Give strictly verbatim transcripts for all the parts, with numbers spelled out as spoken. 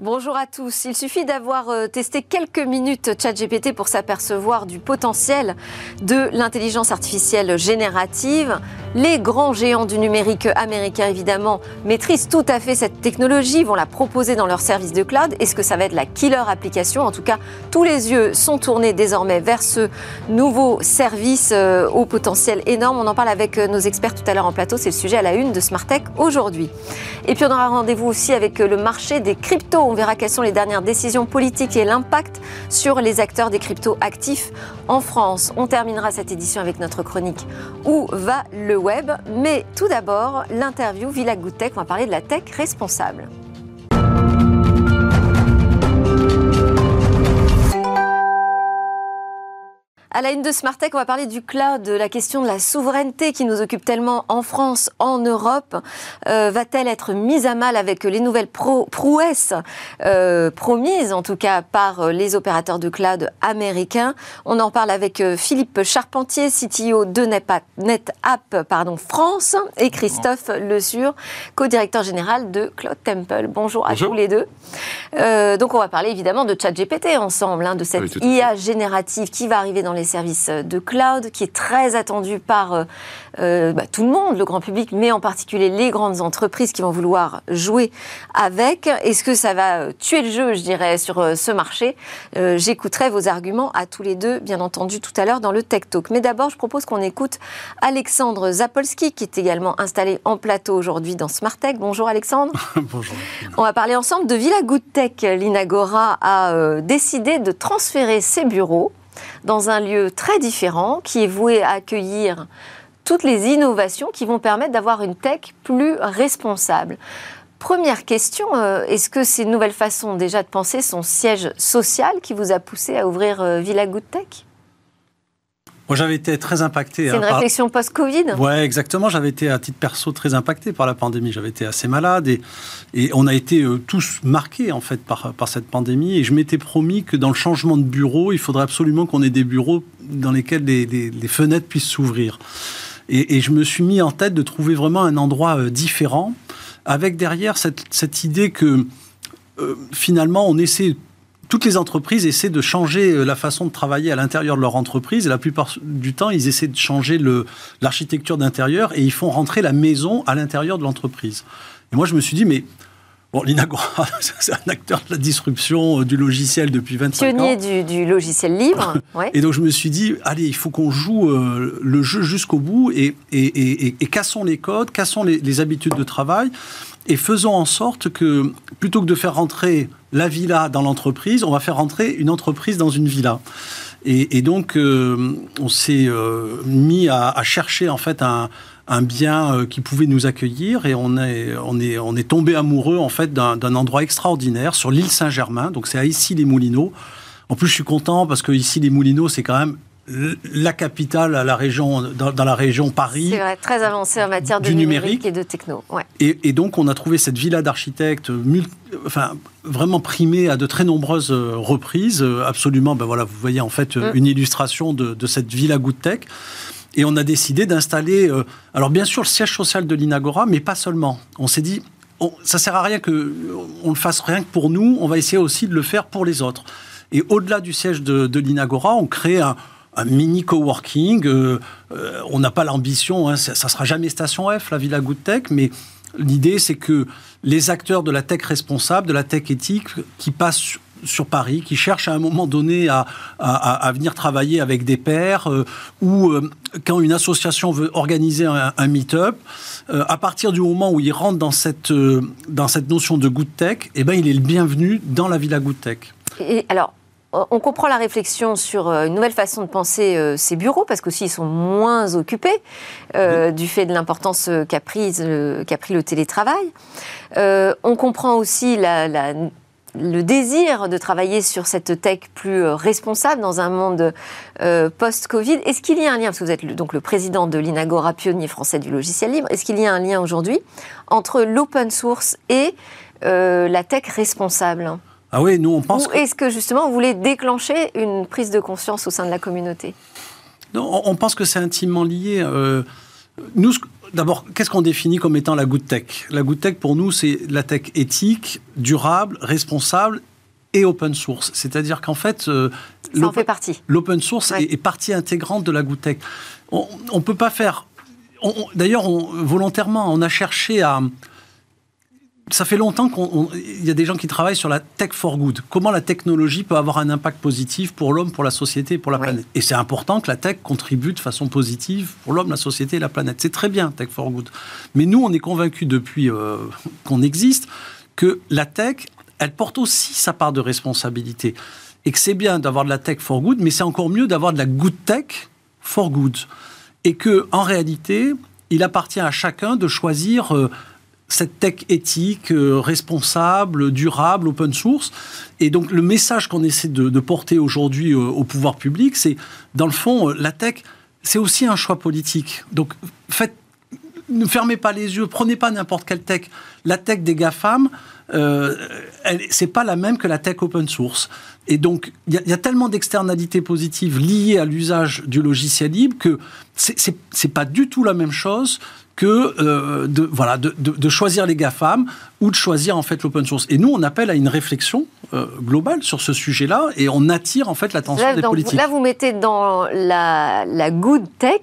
Bonjour à tous. Il suffit d'avoir testé quelques minutes ChatGPT pour s'apercevoir du potentiel de l'intelligence artificielle générative. Les grands géants du numérique américain, évidemment, maîtrisent tout à fait cette technologie, vont la proposer dans leur service de cloud. Est-ce que ça va être la killer application ? En tout cas, tous les yeux sont tournés désormais vers ce nouveau service euh, au potentiel énorme. On en parle avec nos experts tout à l'heure en plateau. C'est le sujet à la une de Smart Tech aujourd'hui. Et puis on aura rendez-vous aussi avec le marché des cryptos. On verra quelles sont les dernières décisions politiques et l'impact sur les acteurs des cryptos actifs en France. On terminera cette édition avec notre chronique « Où va le web ?» Mais tout d'abord, l'interview Villa Good Tech. On va parler de la tech responsable. À la une de Smart Tech, on va parler du cloud, de la question de la souveraineté qui nous occupe tellement en France, en Europe. Euh, va-t-elle être mise à mal avec les nouvelles pro- prouesses euh, promises, en tout cas par les opérateurs de cloud américains ? On en parle avec Philippe Charpentier, C T O de NetApp pardon, France, et Christophe Le Sur, co-directeur général de Cloud Temple. Bonjour à Bonjour. tous les deux. Euh, donc on va parler évidemment de ChatGPT ensemble, hein, de cette oui, I A générative qui va arriver dans les services de cloud, qui est très attendu par euh, bah, tout le monde, le grand public, mais en particulier les grandes entreprises qui vont vouloir jouer avec. Est-ce que ça va tuer le jeu, je dirais, sur euh, ce marché ? euh, J'écouterai vos arguments à tous les deux, bien entendu, tout à l'heure dans le Tech Talk. Mais d'abord, je propose qu'on écoute Alexandre Zapolski, qui est également installé en plateau aujourd'hui dans Smart Tech. Bonjour Alexandre. Bonjour. On va parler ensemble de Villa Good Tech. L'Inagora a euh, décidé de transférer ses bureaux dans un lieu très différent qui est voué à accueillir toutes les innovations qui vont permettre d'avoir une tech plus responsable. Première question, euh, est-ce que ces nouvelles façons déjà de penser sont siège social qui vous a poussé à ouvrir euh, Villa Good Tech ? Moi, j'avais été très impacté. C'est hein, une réflexion par... post-Covid ? Oui, exactement. J'avais été, à titre perso, très impacté par la pandémie. J'avais été assez malade et, et on a été euh, tous marqués, en fait, par, par cette pandémie. Et je m'étais promis que dans le changement de bureau, il faudrait absolument qu'on ait des bureaux dans lesquels les, les, les fenêtres puissent s'ouvrir. Et, et je me suis mis en tête de trouver vraiment un endroit euh, différent, avec derrière cette, cette idée que, euh, finalement, on essaie... Toutes les entreprises essaient de changer la façon de travailler à l'intérieur de leur entreprise. Et la plupart du temps, ils essaient de changer le, l'architecture d'intérieur et ils font rentrer la maison à l'intérieur de l'entreprise. Et moi, je me suis dit, mais bon, l'Inagora, c'est un acteur de la disruption du logiciel depuis vingt-cinq ans. Pionnier du, du logiciel libre. Ouais. Et donc, je me suis dit, allez, il faut qu'on joue euh, le jeu jusqu'au bout et, et, et, et, et cassons les codes, cassons les, les habitudes de travail et faisons en sorte que, plutôt que de faire rentrer la villa dans l'entreprise, on va faire rentrer une entreprise dans une villa. Et, et donc, euh, on s'est euh, mis à, à chercher en fait un, un bien euh, qui pouvait nous accueillir, et on est, on est, on est tombé amoureux en fait d'un, d'un endroit extraordinaire sur l'île Saint-Germain. Donc, c'est à Issy-les-Moulineaux. En plus, je suis content parce que Issy-les-Moulineaux, c'est quand même la capitale à la région, dans, dans la région Paris. C'est vrai, très avancé en matière de numérique, numérique et de techno. Ouais. Et, et donc, on a trouvé cette villa d'architectes, mul- enfin, vraiment primée à de très nombreuses reprises. Absolument, ben voilà, vous voyez en fait mm. une illustration de, de cette Villa Good Tech. Et on a décidé d'installer, euh, alors bien sûr, le siège social de l'Inagora, mais pas seulement. On s'est dit, on, ça ne sert à rien qu'on ne le fasse rien que pour nous, on va essayer aussi de le faire pour les autres. Et au-delà du siège de, de l'Inagora, on crée un un mini coworking. Euh, euh, on n'a pas l'ambition, hein, ça ne sera jamais Station F, la Villa Good Tech, mais l'idée, c'est que les acteurs de la tech responsable, de la tech éthique, qui passent sur, sur Paris, qui cherchent à un moment donné à, à, à venir travailler avec des pairs, euh, ou euh, quand une association veut organiser un, un meet-up, euh, à partir du moment où il rentre dans cette, euh, dans cette notion de Good Tech, eh ben, il est le bienvenu dans la Villa Good Tech. Et alors, on comprend la réflexion sur une nouvelle façon de penser euh, ces bureaux, parce qu'aussi ils sont moins occupés euh, oui. du fait de l'importance qu'a, prise, euh, qu'a pris le télétravail. Euh, on comprend aussi la, la, le désir de travailler sur cette tech plus responsable dans un monde euh, post-Covid. Est-ce qu'il y a un lien, parce que vous êtes le, donc le président de l'Inagora, pionnier français du logiciel libre, est-ce qu'il y a un lien aujourd'hui entre l'open source et euh, la tech responsable ? Ah oui, nous on pense. Ou est-ce que justement vous voulez déclencher une prise de conscience au sein de la communauté ? Non, on pense que c'est intimement lié. Euh, nous, d'abord, qu'est-ce qu'on définit comme étant la good tech? La good tech, pour nous, c'est la tech éthique, durable, responsable et open source. C'est-à-dire qu'en fait... Euh, Ça en fait partie. L'open source ouais. est, est partie intégrante de la good tech. On ne peut pas faire... On, on, d'ailleurs, on, volontairement, on a cherché à... Ça fait longtemps qu'il y a des gens qui travaillent sur la tech for good. Comment la technologie peut avoir un impact positif pour l'homme, pour la société et pour la oui. planète. Et c'est important que la tech contribue de façon positive pour l'homme, la société et la planète. C'est très bien, tech for good. Mais nous, on est convaincus depuis euh, qu'on existe que la tech, elle porte aussi sa part de responsabilité. Et que c'est bien d'avoir de la tech for good, mais c'est encore mieux d'avoir de la good tech for good. Et qu'en réalité, il appartient à chacun de choisir... Euh, cette tech éthique, euh, responsable, durable, open source. Et donc, le message qu'on essaie de, de porter aujourd'hui euh, au pouvoir public, c'est, dans le fond, euh, la tech, c'est aussi un choix politique. Donc, faites, ne fermez pas les yeux, prenez pas n'importe quelle tech. La tech des GAFAM, euh, elle, c'est pas la même que la tech open source. Et donc, il y, y a tellement d'externalités positives liées à l'usage du logiciel libre que c'est, c'est, c'est pas du tout la même chose que euh, de, voilà, de, de, de choisir les GAFAM ou de choisir en fait l'open source. Et nous, on appelle à une réflexion euh, globale sur ce sujet-là et on attire en fait l'attention là, des donc, politiques. Là, vous mettez dans la, la good tech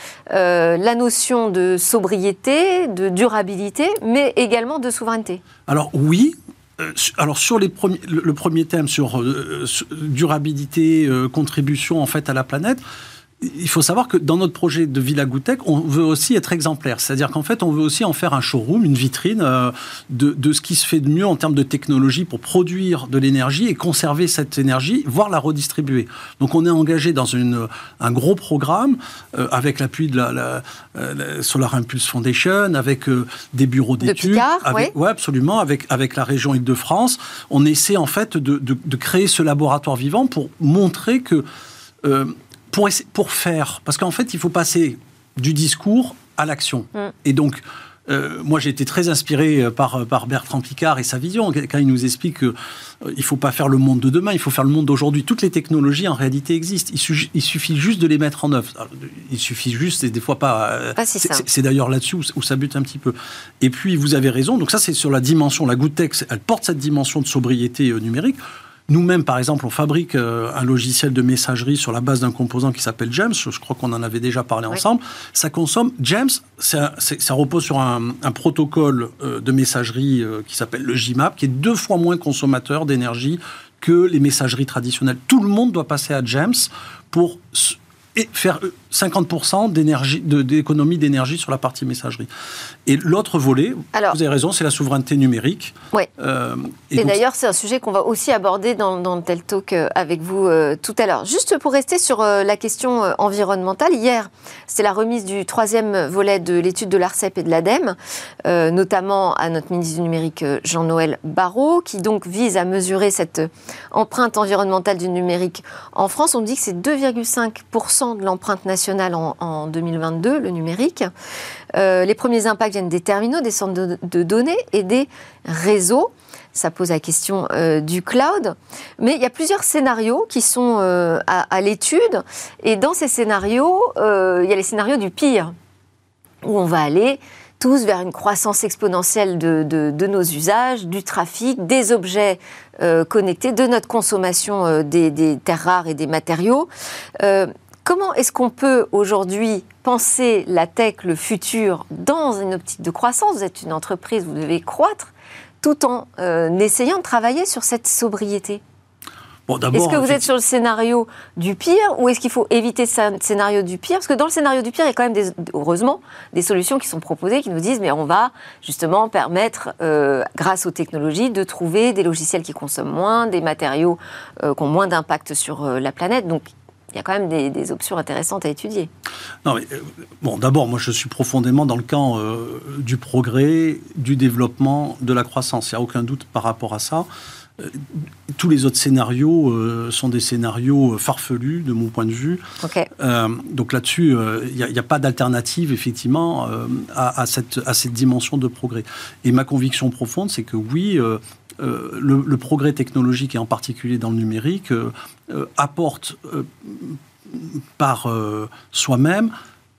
euh, la notion de sobriété, de durabilité, mais également de souveraineté. Alors oui. Alors sur les premiers, le, le premier thème sur, euh, sur durabilité, euh, contribution en fait à la planète, il faut savoir que dans notre projet de Villa Good Tech, on veut aussi être exemplaire. C'est-à-dire qu'en fait, on veut aussi en faire un showroom, une vitrine euh, de, de ce qui se fait de mieux en termes de technologie pour produire de l'énergie et conserver cette énergie, voire la redistribuer. Donc on est engagé dans une, un gros programme euh, avec l'appui de la, la, la Solar Impulse Foundation, avec euh, des bureaux d'études. De Picard, avec, oui. Ouais, absolument, avec, avec la région Île-de-France. On essaie en fait de, de, de créer ce laboratoire vivant pour montrer que... Euh, Pour, essayer, pour faire, parce qu'en fait, il faut passer du discours à l'action. Mm. Et donc, euh, moi, j'ai été très inspiré par, par Bertrand Piccard et sa vision, quand il nous explique qu'il euh, ne faut pas faire le monde de demain, il faut faire le monde d'aujourd'hui. Toutes les technologies, en réalité, existent. Il, su, il suffit juste de les mettre en œuvre. Alors, il suffit juste, c'est des fois pas... Euh, pas si c'est, c'est, c'est d'ailleurs là-dessus où, où ça bute un petit peu. Et puis, vous avez raison, donc ça, c'est sur la dimension, la Good Tech, elle porte cette dimension de sobriété euh, numérique. Nous-mêmes, par exemple, on fabrique euh, un logiciel de messagerie sur la base d'un composant qui s'appelle James. Je, je crois qu'on en avait déjà parlé oui. ensemble. Ça consomme... James, c'est un, c'est, ça repose sur un, un protocole euh, de messagerie euh, qui s'appelle le J MAP, qui est deux fois moins consommateur d'énergie que les messageries traditionnelles. Tout le monde doit passer à James pour... et faire cinquante pour cent d'énergie, de, d'économie d'énergie sur la partie messagerie. Et l'autre volet, alors, vous avez raison, c'est la souveraineté numérique. Oui. Euh, et, et donc, d'ailleurs, c'est un sujet qu'on va aussi aborder dans, dans le Tel Talk avec vous euh, tout à l'heure. Juste pour rester sur euh, la question euh, environnementale, hier, c'était la remise du troisième volet de l'étude de l'ARCEP et de l'ADEME, euh, notamment à notre ministre du Numérique, Jean-Noël Barrot, qui donc vise à mesurer cette empreinte environnementale du numérique en France. On dit que c'est deux virgule cinq pour cent de l'empreinte nationale en, en deux mille vingt-deux, le numérique. Euh, les premiers impacts viennent des terminaux, des centres de, de données et des réseaux. Ça pose la question euh, du cloud. Mais il y a plusieurs scénarios qui sont euh, à, à l'étude. Et dans ces scénarios, euh, il y a les scénarios du pire, où on va aller tous vers une croissance exponentielle de, de, de nos usages, du trafic, des objets euh, connectés, de notre consommation euh, des, des terres rares et des matériaux. Euh, Comment est-ce qu'on peut aujourd'hui penser la tech, le futur, dans une optique de croissance? Vous êtes une entreprise, vous devez croître, tout en euh, essayant de travailler sur cette sobriété. Bon, est-ce que vous êtes sur le scénario du pire ou est-ce qu'il faut éviter ce scénario du pire? Parce que dans le scénario du pire, il y a quand même, des, heureusement, des solutions qui sont proposées qui nous disent mais on va justement permettre, euh, grâce aux technologies, de trouver des logiciels qui consomment moins, des matériaux euh, qui ont moins d'impact sur euh, la planète. Donc, il y a quand même des, des options intéressantes à étudier. Non, mais, euh, bon, d'abord, moi, je suis profondément dans le camp euh, du progrès, du développement, de la croissance. Il n'y a aucun doute par rapport à ça. Euh, tous les autres scénarios euh, sont des scénarios farfelus, de mon point de vue. Okay. Euh, donc là-dessus, il euh, n'y a, a pas d'alternative, effectivement, euh, à, à, cette, à cette dimension de progrès. Et ma conviction profonde, c'est que oui... Euh, Euh, le, le progrès technologique, et en particulier dans le numérique, euh, euh, apporte euh, par euh, soi-même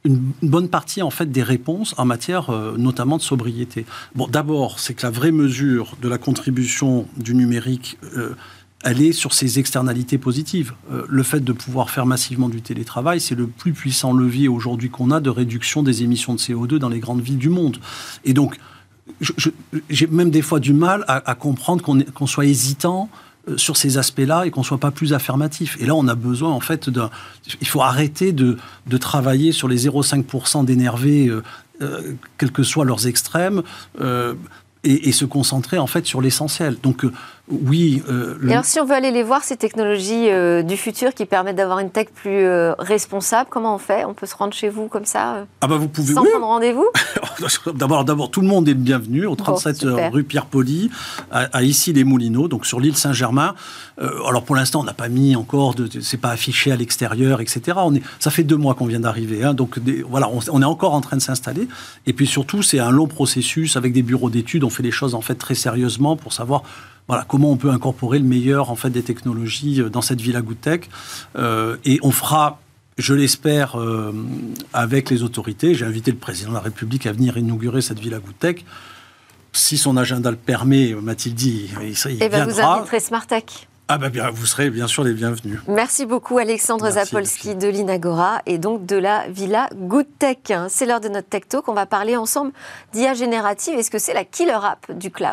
une bonne partie en fait des réponses en matière euh, notamment de sobriété. Bon, d'abord, c'est que la vraie mesure de la contribution du numérique, euh, elle est sur ses externalités positives. Euh, le fait de pouvoir faire massivement du télétravail, c'est le plus puissant levier aujourd'hui qu'on a de réduction des émissions de C O deux dans les grandes villes du monde. Et donc, je, je, j'ai même des fois du mal à, à comprendre qu'on, est, qu'on soit hésitant sur ces aspects-là et qu'on ne soit pas plus affirmatif. Et là, on a besoin, en fait, d'un... il faut arrêter de, de travailler sur les zéro virgule cinq pour cent d'énervés, euh, euh, quels que soient leurs extrêmes, euh, et, et se concentrer, en fait, sur l'essentiel. Donc, euh, oui... Euh, le... Et alors, si on veut aller les voir, ces technologies euh, du futur qui permettent d'avoir une tech plus euh, responsable, comment on fait ? On peut se rendre chez vous comme ça euh, ah bah vous pouvez, sans oui. prendre rendez-vous ? d'abord, d'abord, tout le monde est le bienvenu au trente-sept bon, rue Pierre-Poli, à, à Issy-les-Moulineaux, donc sur l'île Saint-Germain. Euh, alors, pour l'instant, on n'a pas mis encore, de, de, c'est pas affiché à l'extérieur, et cetera. On est, ça fait deux mois qu'on vient d'arriver, hein, donc des, voilà, on, on est encore en train de s'installer. Et puis surtout, c'est un long processus avec des bureaux d'études. On fait les choses en fait très sérieusement pour savoir. Voilà, comment on peut incorporer le meilleur en fait, des technologies dans cette Villa Goodtech. Euh, et on fera, je l'espère, euh, avec les autorités. J'ai invité le président de la République à venir inaugurer cette Villa Goodtech. Si son agenda le permet, m'a-t-il dit, il, il et viendra. Ben vous inviterez Smartech. Ah ben bien, vous serez bien sûr les bienvenus. Merci beaucoup Alexandre Merci, Zapolski de l'Inagora et donc de la Villa Goodtech. C'est l'heure de notre Tech Talk. On va parler ensemble d'I A générative. Est-ce que c'est la killer app du cloud ?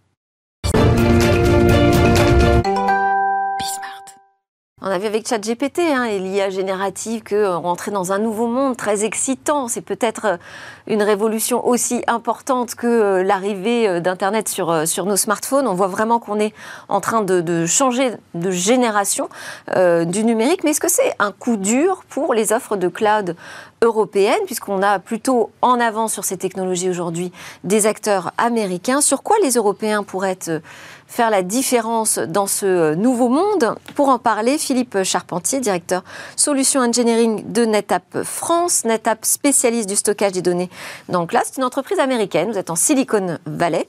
On a vu avec ChatGPT hein, et l'I A générative qu'on rentrait dans un nouveau monde très excitant. C'est peut-être une révolution aussi importante que l'arrivée d'Internet sur, sur nos smartphones. On voit vraiment qu'on est en train de, de changer de génération euh, du numérique. Mais est-ce que c'est un coup dur pour les offres de cloud européennes, puisqu'on a plutôt en avance sur ces technologies aujourd'hui des acteurs américains? Sur quoi les Européens pourraient être faire la différence dans ce nouveau monde? Pour en parler, Philippe Charpentier, directeur Solutions Engineering de NetApp France. NetApp, spécialiste du stockage des données dans le cloud. C'est une entreprise américaine, vous êtes en Silicon Valley.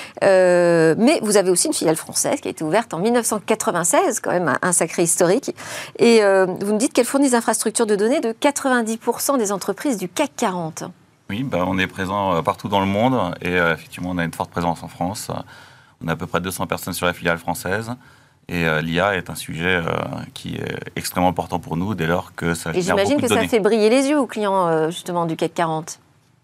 Euh, mais vous avez aussi une filiale française qui a été ouverte en dix-neuf cent quatre-vingt-seize, quand même un, un sacré historique. Et euh, vous me dites qu'elle fournit des infrastructures de données de quatre-vingt-dix pour cent des entreprises du C A C quarante. Oui, bah, on est présent partout dans le monde et euh, effectivement, on a une forte présence en France. On a à peu près deux cents personnes sur la filiale française. Et euh, l'I A est un sujet euh, qui est extrêmement important pour nous dès lors que ça génère beaucoup de données. Et j'imagine que ça fait briller les yeux aux clients euh, justement du C A C quarante.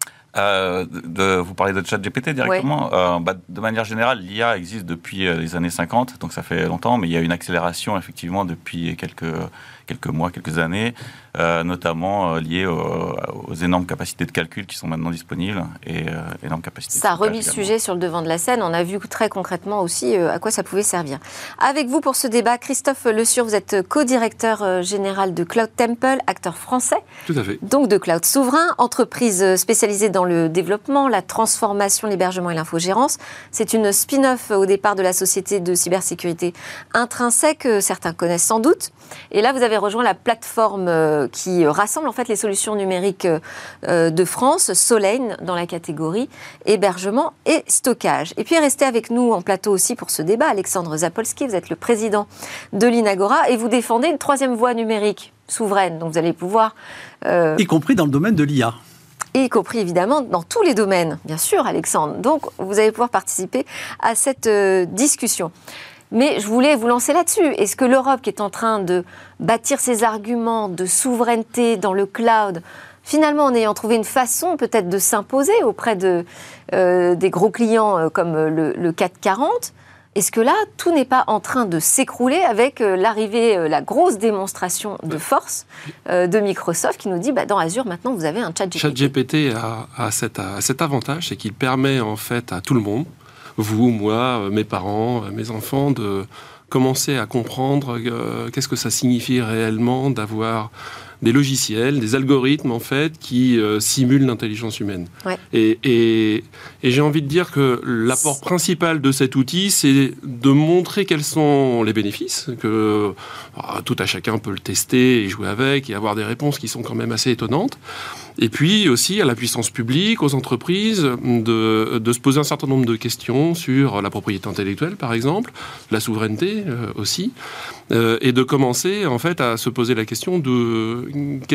Euh, de, vous parlez de ChatGPT directement. Oui. euh, bah, De manière générale, l'I A existe depuis euh, les années cinquante, donc ça fait longtemps, mais il y a une accélération effectivement depuis quelques, quelques mois, quelques années, euh, notamment euh, liée aux, aux énormes capacités de calcul qui sont maintenant disponibles et euh, énormes capacités. Ça a remis le sujet sur le devant de la scène. On a vu très concrètement aussi euh, à quoi ça pouvait servir. Avec vous pour ce débat, Christophe Le Sur, vous êtes co-directeur euh, général de Cloud Temple, acteur français. Tout à fait. Donc de Cloud Souverain, entreprise spécialisée dans le développement, la transformation, l'hébergement et l'infogérance. C'est une spin-off au départ de la société de cybersécurité Intrinsèque, que certains connaissent sans doute. Et là, vous avez rejoint la plateforme euh, qui rassemble en fait les solutions numériques euh, de France, Solane, dans la catégorie hébergement et stockage. Et puis restez avec nous en plateau aussi pour ce débat, Alexandre Zapolski, vous êtes le président de l'Inagora et vous défendez une troisième voie numérique souveraine, donc vous allez pouvoir... Euh, y compris dans le domaine de l'I A. Y compris évidemment dans tous les domaines, bien sûr Alexandre. Donc vous allez pouvoir participer à cette euh, discussion. Mais je voulais vous lancer là-dessus. Est-ce que l'Europe qui est en train de bâtir ses arguments de souveraineté dans le cloud, finalement en ayant trouvé une façon peut-être de s'imposer auprès de, euh, des gros clients euh, comme le, le C A C quarante, est-ce que là, tout n'est pas en train de s'écrouler avec euh, l'arrivée, euh, la grosse démonstration de force euh, de Microsoft qui nous dit, bah, dans Azure, maintenant, vous avez un ChatGPT. ChatGPT a, a, cet, a cet avantage, c'est qu'il permet en fait à tout le monde, vous, moi, mes parents, mes enfants, de commencer à comprendre euh, qu'est-ce que ça signifie réellement d'avoir des logiciels, des algorithmes en fait qui euh, simulent l'intelligence humaine. Ouais. Et, et, et j'ai envie de dire que l'apport principal de cet outil, c'est de montrer quels sont les bénéfices, que bah, tout à chacun peut le tester et jouer avec et avoir des réponses qui sont quand même assez étonnantes. Et puis aussi à la puissance publique, aux entreprises, de, de se poser un certain nombre de questions sur la propriété intellectuelle, par exemple, la souveraineté euh, aussi, euh, et de commencer en fait à se poser la question de qu'est-ce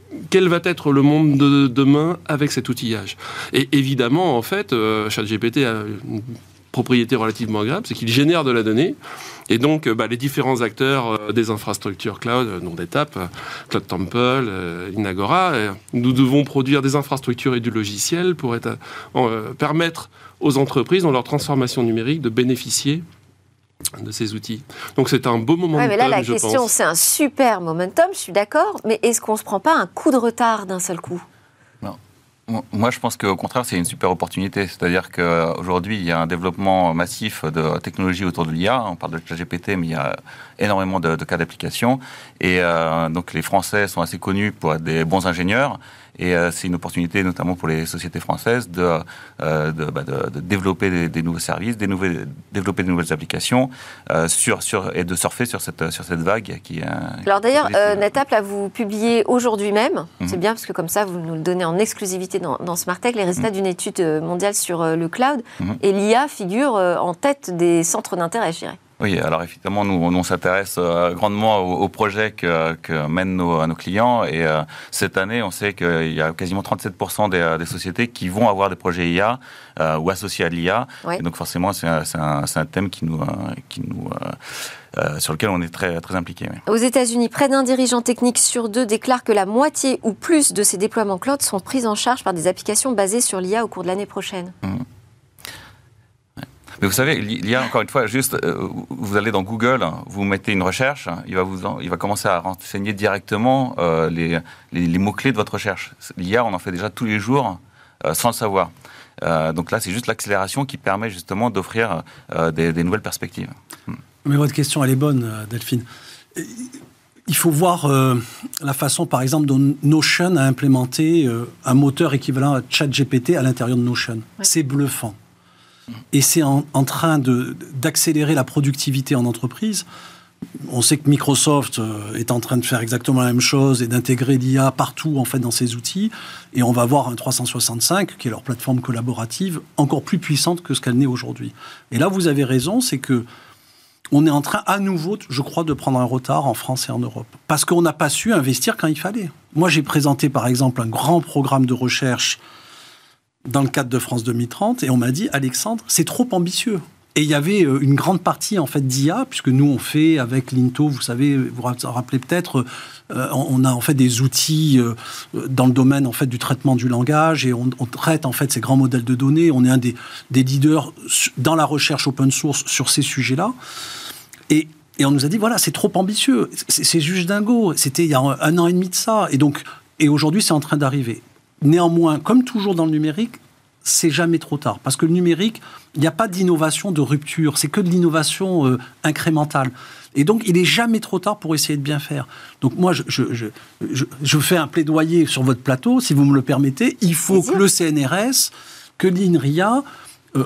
quel va être le monde de demain avec cet outillage. Et évidemment, en fait, euh, ChatGPT a une propriété relativement grave, c'est qu'il génère de la donnée. Et donc, bah, les différents acteurs euh, des infrastructures cloud, euh, nom d'étape, euh, Cloud Temple, euh, Inagora, euh, nous devons produire des infrastructures et du logiciel pour être, euh, permettre aux entreprises, dans leur transformation numérique, de bénéficier de ces outils. Donc c'est un beau momentum, ouais, mais là, la je question, pense. c'est un super momentum, je suis d'accord, mais est-ce qu'on ne se prend pas un coup de retard d'un seul coup ? Non. Moi, je pense qu'au contraire, c'est une super opportunité. C'est-à-dire qu'aujourd'hui, il y a un développement massif de technologies autour de l'I A. On parle de ChatGPT, mais il y a énormément de, de cas d'application. Et euh, donc, les Français sont assez connus pour être des bons ingénieurs. Et euh, c'est une opportunité, notamment pour les sociétés françaises, de, euh, de, bah, de, de développer des, des nouveaux services, des nouvelles, développer des nouvelles applications euh, sur, sur, et de surfer sur cette, sur cette vague qui... Euh, Alors d'ailleurs, qui euh, NetApp, là, vous publiez aujourd'hui même, mm-hmm. c'est bien parce que comme ça, vous nous le donnez en exclusivité dans, dans Smartech, les résultats mm-hmm. d'une étude mondiale sur euh, le cloud. Mm-hmm. Et l'I A figure euh, en tête des centres d'intérêt, je dirais. Oui, alors effectivement, nous, nous on s'intéresse euh, grandement aux, aux projets que, que mènent nos, nos clients. Et euh, cette année, on sait qu'il y a quasiment trente-sept pour cent des, des sociétés qui vont avoir des projets I A euh, ou associés à l'I A. Oui. Et donc forcément, c'est un, c'est un, c'est un thème qui nous, euh, qui nous, euh, euh, sur lequel on est très, très impliqué. Oui. Aux États-Unis, près d'un dirigeant technique sur deux déclare que la moitié ou plus de ces déploiements cloud sont pris en charge par des applications basées sur l'I A au cours de l'année prochaine. Mmh. Mais vous savez, il y a encore une fois, juste, euh, vous allez dans Google, vous mettez une recherche, il va, vous, il va commencer à renseigner directement euh, les, les, les mots-clés de votre recherche. L'I A, on en fait déjà tous les jours euh, sans le savoir. Euh, donc là, c'est juste l'accélération qui permet justement d'offrir euh, des, des nouvelles perspectives. Mais votre question, elle est bonne, Delphine. Il faut voir euh, la façon, par exemple, dont Notion a implémenté euh, un moteur équivalent à ChatGPT à l'intérieur de Notion. Ouais. C'est bluffant. Et c'est en, en train de, d'accélérer la productivité en entreprise. On sait que Microsoft est en train de faire exactement la même chose et d'intégrer l'I A partout en fait, dans ses outils. Et on va avoir un trois cent soixante-cinq, qui est leur plateforme collaborative, encore plus puissante que ce qu'elle n'est aujourd'hui. Et là, vous avez raison, c'est que on est en train, à nouveau, je crois, de prendre un retard en France et en Europe. Parce qu'on n'a pas su investir quand il fallait. Moi, j'ai présenté, par exemple, un grand programme de recherche dans le cadre de France deux mille trente, et on m'a dit, Alexandre, c'est trop ambitieux. Et il y avait une grande partie, en fait, d'I A, puisque nous, on fait, avec l'Into, vous savez, vous vous rappelez peut-être, euh, on a, en fait, des outils euh, dans le domaine, en fait, du traitement du langage, et on, on traite, en fait, ces grands modèles de données. On est un des, des leaders dans la recherche open source sur ces sujets-là. Et, et on nous a dit, voilà, c'est trop ambitieux. C'est, c'est juste dingo. C'était il y a un, un an et demi de ça. Et donc, et aujourd'hui, c'est en train d'arriver. Néanmoins, comme toujours dans le numérique, c'est jamais trop tard. Parce que le numérique, il n'y a pas d'innovation de rupture. C'est que de l'innovation euh, incrémentale. Et donc, il n'est jamais trop tard pour essayer de bien faire. Donc, moi, je, je, je, je, je fais un plaidoyer sur votre plateau, si vous me le permettez. Il faut que le C N R S, que l'INRIA, euh,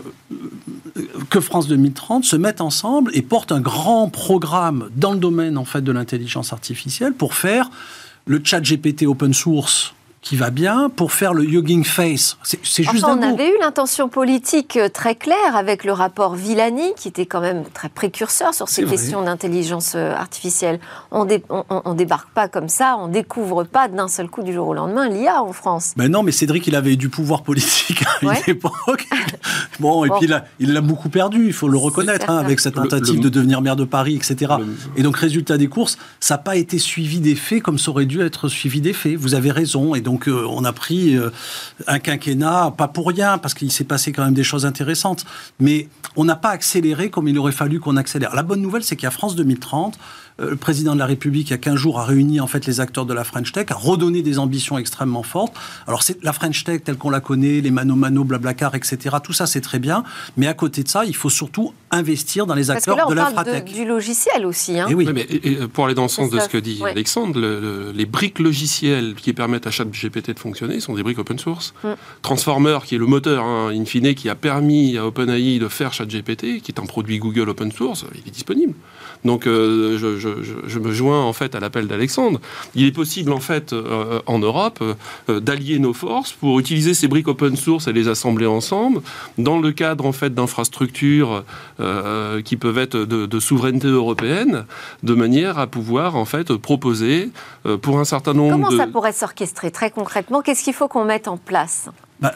que France deux mille trente se mettent ensemble et portent un grand programme dans le domaine, en fait, de l'intelligence artificielle pour faire le ChatGPT open source qui va bien, pour faire le Hugging Face. C'est, c'est juste enfin, un on mot. avait eu l'intention politique très claire avec le rapport Villani, qui était quand même très précurseur sur ces c'est questions vrai. d'intelligence artificielle. On ne dé, on, on débarque pas comme ça, on ne découvre pas d'un seul coup du jour au lendemain l'I A en France. Ben non, mais Cédric, il avait eu du pouvoir politique à ouais. une époque. Bon, et bon. puis il, a, il l'a beaucoup perdu, il faut le reconnaître, hein, avec cette tentative le, le... de devenir maire de Paris, et cetera. Le... Et donc, résultat des courses, ça n'a pas été suivi des faits comme ça aurait dû être suivi des faits. Vous avez raison, et donc Donc, euh, on a pris euh, un quinquennat, pas pour rien, parce qu'il s'est passé quand même des choses intéressantes, mais on n'a pas accéléré comme il aurait fallu qu'on accélère. La bonne nouvelle, c'est qu'il y a France deux mille trente, euh, le président de la République, il y a quinze jours, a réuni en fait les acteurs de la French Tech, a redonné des ambitions extrêmement fortes. Alors, c'est la French Tech telle qu'on la connaît, les mano-mano, blablacar, et cetera, tout ça, c'est très bien, mais à côté de ça, il faut surtout investir dans les acteurs Parce que là, de on parle l'infratech. De, du logiciel aussi. Hein. Et oui. oui mais, et, et pour aller dans le sens c'est de ça. ce que dit ouais. Alexandre, le, le, les briques logicielles qui permettent à ChatGPT de fonctionner sont des briques open source. Mm. Transformer, qui est le moteur, hein, in fine, qui a permis à OpenAI de faire ChatGPT, qui est un produit Google open source, il est disponible. Donc, euh, je, je, je, je me joins en fait à l'appel d'Alexandre. Il est possible en fait euh, en Europe euh, d'allier nos forces pour utiliser ces briques open source et les assembler ensemble dans le cadre en fait d'infrastructures euh, qui peuvent être de, de souveraineté européenne, de manière à pouvoir en fait proposer euh, pour un certain nombre Comment de... ça pourrait s'orchestrer très concrètement? Qu'est-ce qu'il faut qu'on mette en place? bah,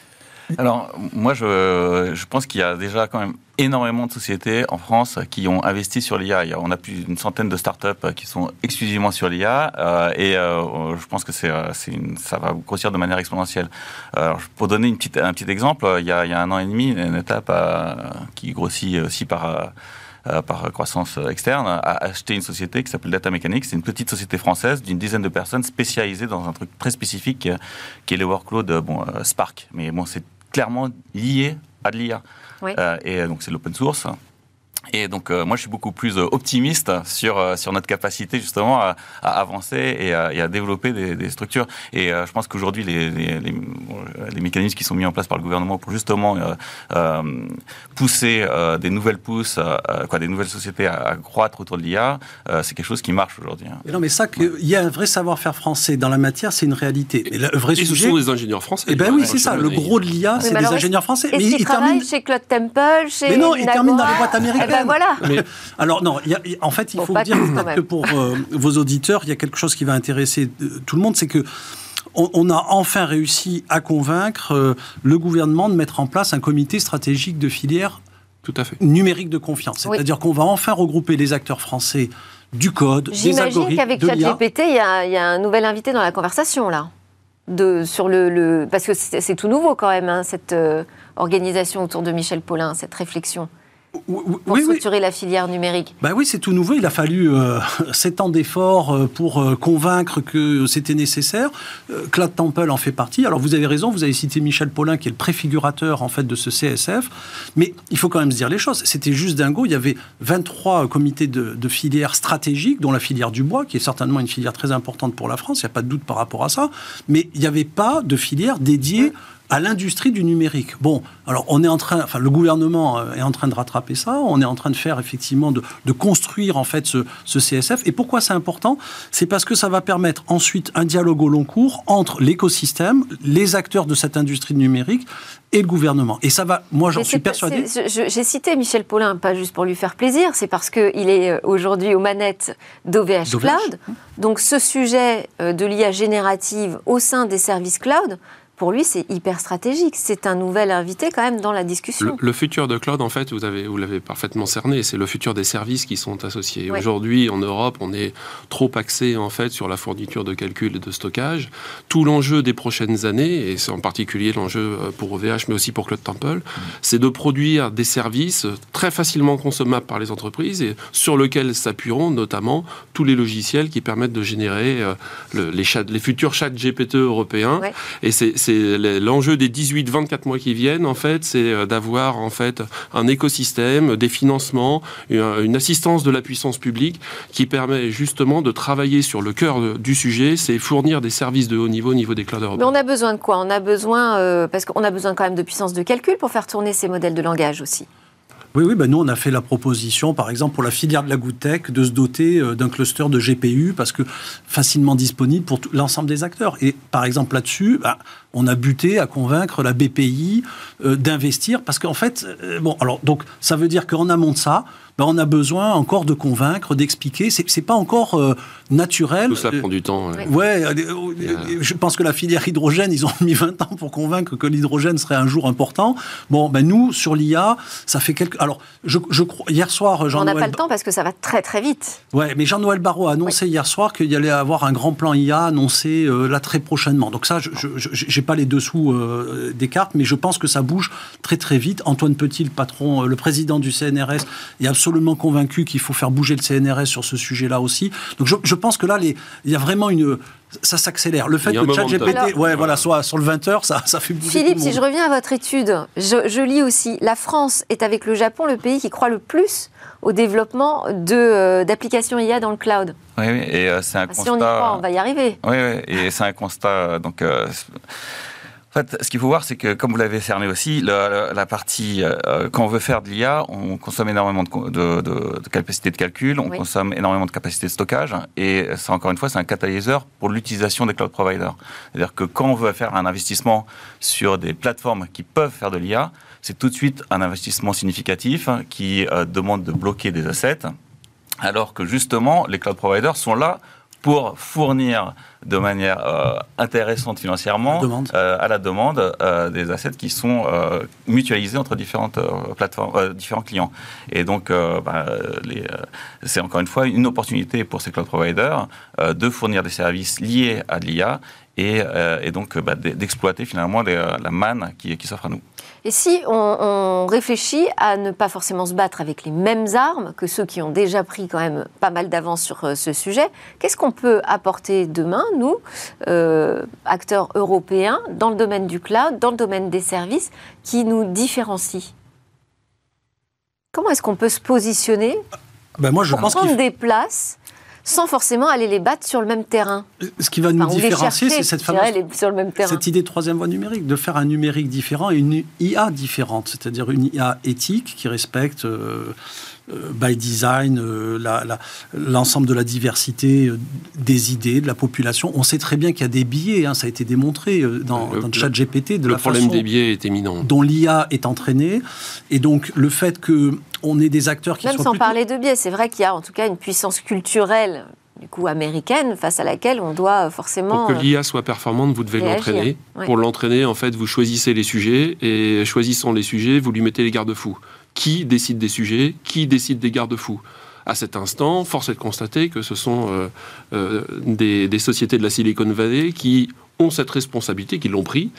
Alors, moi, je, je pense qu'il y a déjà quand même énormément de sociétés en France qui ont investi sur l'I A. On a plus d'une centaine de startups qui sont exclusivement sur l'I A euh, et euh, je pense que c'est, c'est une, ça va grossir de manière exponentielle. Alors, pour donner une petite, un petit exemple, il y, a, il y a un an et demi, une étape euh, qui grossit aussi par... Euh, par croissance externe, a acheté une société qui s'appelle Data Mechanics. C'est une petite société française d'une dizaine de personnes spécialisées dans un truc très spécifique euh, qui est les workloads bon, euh, Spark. Mais bon, c'est clairement lié à de l'I A. Oui. Euh, et donc, c'est l'open source. Et donc, euh, moi, je suis beaucoup plus euh, optimiste sur, euh, sur notre capacité, justement, à, à avancer et à, et à développer des, des structures. Et euh, je pense qu'aujourd'hui, les, les, les, les mécanismes qui sont mis en place par le gouvernement pour, justement, euh, euh, pousser euh, des nouvelles pousses, euh, quoi, des nouvelles sociétés à, à croître autour de l'I A, euh, c'est quelque chose qui marche aujourd'hui. Hein. Mais non, mais ça, qu'il y a un vrai savoir-faire français dans la matière, c'est une réalité. Mais le vrai et sujet... ce sont des ingénieurs français. Eh ben oui, c'est ça. Le gros de l'I A, oui, c'est des ingénieurs français. Est-ce qu'ils travaillent chez Cloud Temple, chez Mais non, ils terminent dans les boîtes américaines. Eh ben voilà. Mais, alors non, y a, en fait, il bon, faut pas dire tous, que pour euh, vos auditeurs, il y a quelque chose qui va intéresser euh, tout le monde, c'est que on, on a enfin réussi à convaincre euh, le gouvernement de mettre en place un comité stratégique de filière Tout à fait. numérique de confiance. Oui. C'est-à-dire qu'on va enfin regrouper les acteurs français du code, des algorithmes, qu'avec de l'I A. ChatGPT, il y, a, il y a un nouvel invité dans la conversation là, de sur le, le parce que c'est, c'est tout nouveau quand même hein, cette euh, organisation autour de Michel Paulin, cette réflexion. Oui, pour oui, structurer oui. la filière numérique. Ben oui, c'est tout nouveau. Il a fallu euh, sept ans d'efforts pour euh, convaincre que c'était nécessaire. Euh, Cloud Temple en fait partie. Alors vous avez raison, vous avez cité Michel Paulin qui est le préfigurateur en fait de ce C S F. Mais il faut quand même se dire les choses. C'était juste dingo. Il y avait vingt-trois comités de, de filières stratégiques, dont la filière du bois, qui est certainement une filière très importante pour la France. Il n'y a pas de doute par rapport à ça. Mais il n'y avait pas de filière dédiée à l'industrie du numérique. Bon, alors on est en train, enfin le gouvernement est en train de rattraper ça, on est en train de faire effectivement de, de construire en fait ce, ce C S F. Et pourquoi c'est important? C'est parce que ça va permettre ensuite un dialogue au long cours entre l'écosystème, les acteurs de cette industrie numérique et le gouvernement. Et ça va, moi j'en suis persuadé. J'ai cité Michel Paulin, pas juste pour lui faire plaisir, c'est parce qu'il est aujourd'hui aux manettes d'O V H Cloud. Donc ce sujet de l'I A générative au sein des services cloud, pour lui, c'est hyper stratégique. C'est un nouvel invité quand même dans la discussion. Le, le futur de cloud, en fait, vous, avez, vous l'avez parfaitement cerné, c'est le futur des services qui sont associés. Oui. Aujourd'hui, en Europe, on est trop axé en fait sur la fourniture de calcul et de stockage. Tout l'enjeu des prochaines années, et c'est en particulier l'enjeu pour O V H, mais aussi pour Cloud Temple, mmh. c'est de produire des services très facilement consommables par les entreprises et sur lesquels s'appuieront notamment tous les logiciels qui permettent de générer euh, le, les, chat, les futurs chats G P T européens. Ouais. Et c'est, c'est l'enjeu des dix-huit à vingt-quatre mois qui viennent, en fait, c'est d'avoir en fait un écosystème, des financements, une assistance de la puissance publique qui permet justement de travailler sur le cœur du sujet, c'est fournir des services de haut niveau au niveau des clouds européens. Mais on a besoin de quoi? On a besoin, euh, parce qu'on a besoin quand même de puissance de calcul pour faire tourner ces modèles de langage aussi. Oui, oui, ben nous, on a fait la proposition, par exemple, pour la filière de la Goodtech, de se doter d'un cluster de G P U, parce que facilement disponible pour tout, l'ensemble des acteurs. Et par exemple, là-dessus, ben, on a buté à convaincre la B P I euh, d'investir, parce qu'en fait, euh, bon, alors, donc, ça veut dire qu'en amont de ça, ben, on a besoin encore de convaincre, d'expliquer. C'est, c'est pas encore euh, naturel. Tout ça prend du temps. Ouais, ouais euh, euh, je pense que la filière hydrogène, ils ont mis vingt ans pour convaincre que l'hydrogène serait un jour important. Bon, ben nous, sur l'I A, ça fait quelques... Alors, je, je crois... Hier soir, Jean-Noël... On n'a pas le temps parce que ça va très très vite. Ouais, mais Jean-Noël Barrot a annoncé oui. hier soir qu'il y allait avoir un grand plan I A annoncé euh, là très prochainement. Donc ça, je n'ai pas les dessous euh, des cartes, mais je pense que ça bouge très très vite. Antoine Petit, le patron, euh, le président du C N R S, est absolument convaincu qu'il faut faire bouger le C N R S sur ce sujet-là aussi. Donc je, je pense que là, les, il y a vraiment une... Ça s'accélère. Le fait que ChatGPT, ouais, voilà, soit sur le vingt heures, ça, ça fait bouger Philippe, tout le monde. si je reviens à votre étude, je, je lis aussi, la France est avec le Japon le pays qui croit le plus au développement de, euh, d'applications I A dans le cloud. Oui, oui, et euh, c'est un si constat... on y croit, on va y arriver. Oui, oui, et c'est un constat... Donc, euh, En fait, ce qu'il faut voir, c'est que, comme vous l'avez cerné aussi, la, la partie, euh, quand on veut faire de l'I A, on consomme énormément de, de, de, de capacité de calcul, on oui. consomme énormément de capacité de stockage, et ça, encore une fois, c'est un catalyseur pour l'utilisation des cloud providers. C'est-à-dire que quand on veut faire un investissement sur des plateformes qui peuvent faire de l'I A, c'est tout de suite un investissement significatif qui euh, demande de bloquer des assets, alors que justement, les cloud providers sont là pour fournir de manière euh, intéressante financièrement euh, à la demande euh, des assets qui sont euh, mutualisés entre différentes euh, plateformes, euh, différents clients. Et donc, euh, bah, les, euh, c'est encore une fois une opportunité pour ces cloud providers euh, de fournir des services liés à de l'I A et, euh, et donc bah, d'exploiter finalement les, la manne qui, qui s'offre à nous. Et si on, on réfléchit à ne pas forcément se battre avec les mêmes armes que ceux qui ont déjà pris quand même pas mal d'avance sur euh, ce sujet, qu'est-ce qu'on peut apporter demain, nous, euh, acteurs européens, dans le domaine du cloud, dans le domaine des services, qui nous différencie ? Comment est-ce qu'on peut se positionner ben moi, je pour pense prendre qu'il... des places sans forcément aller les battre sur le même terrain. Ce qui va nous enfin, différencier, chercher, c'est cette fameuse, les, sur le même terrain. cette idée de troisième voie numérique, de faire un numérique différent et une I A différente, c'est-à-dire une I A éthique qui respecte euh, euh, by design euh, la, la, l'ensemble de la diversité euh, des idées, de la population. On sait très bien qu'il y a des biais, hein, ça a été démontré euh, dans, le, dans ChatGPT, de le la problème façon des biais est éminent. dont l'I A est entraînée. Et donc, le fait que on est des acteurs qui Même sont sans plutôt... parler de biais, c'est vrai qu'il y a en tout cas une puissance culturelle du coup américaine face à laquelle on doit forcément... Pour que l'I A soit performante, vous devez réagir. l'entraîner. Ouais. Pour l'entraîner, en fait, vous choisissez les sujets et choisissant les sujets, vous lui mettez les garde-fous. Qui décide des sujets ? Qui décide des garde-fous ? À cet instant, force est de constater que ce sont euh, euh, des, des sociétés de la Silicon Valley qui ont cette responsabilité, qui l'ont pris.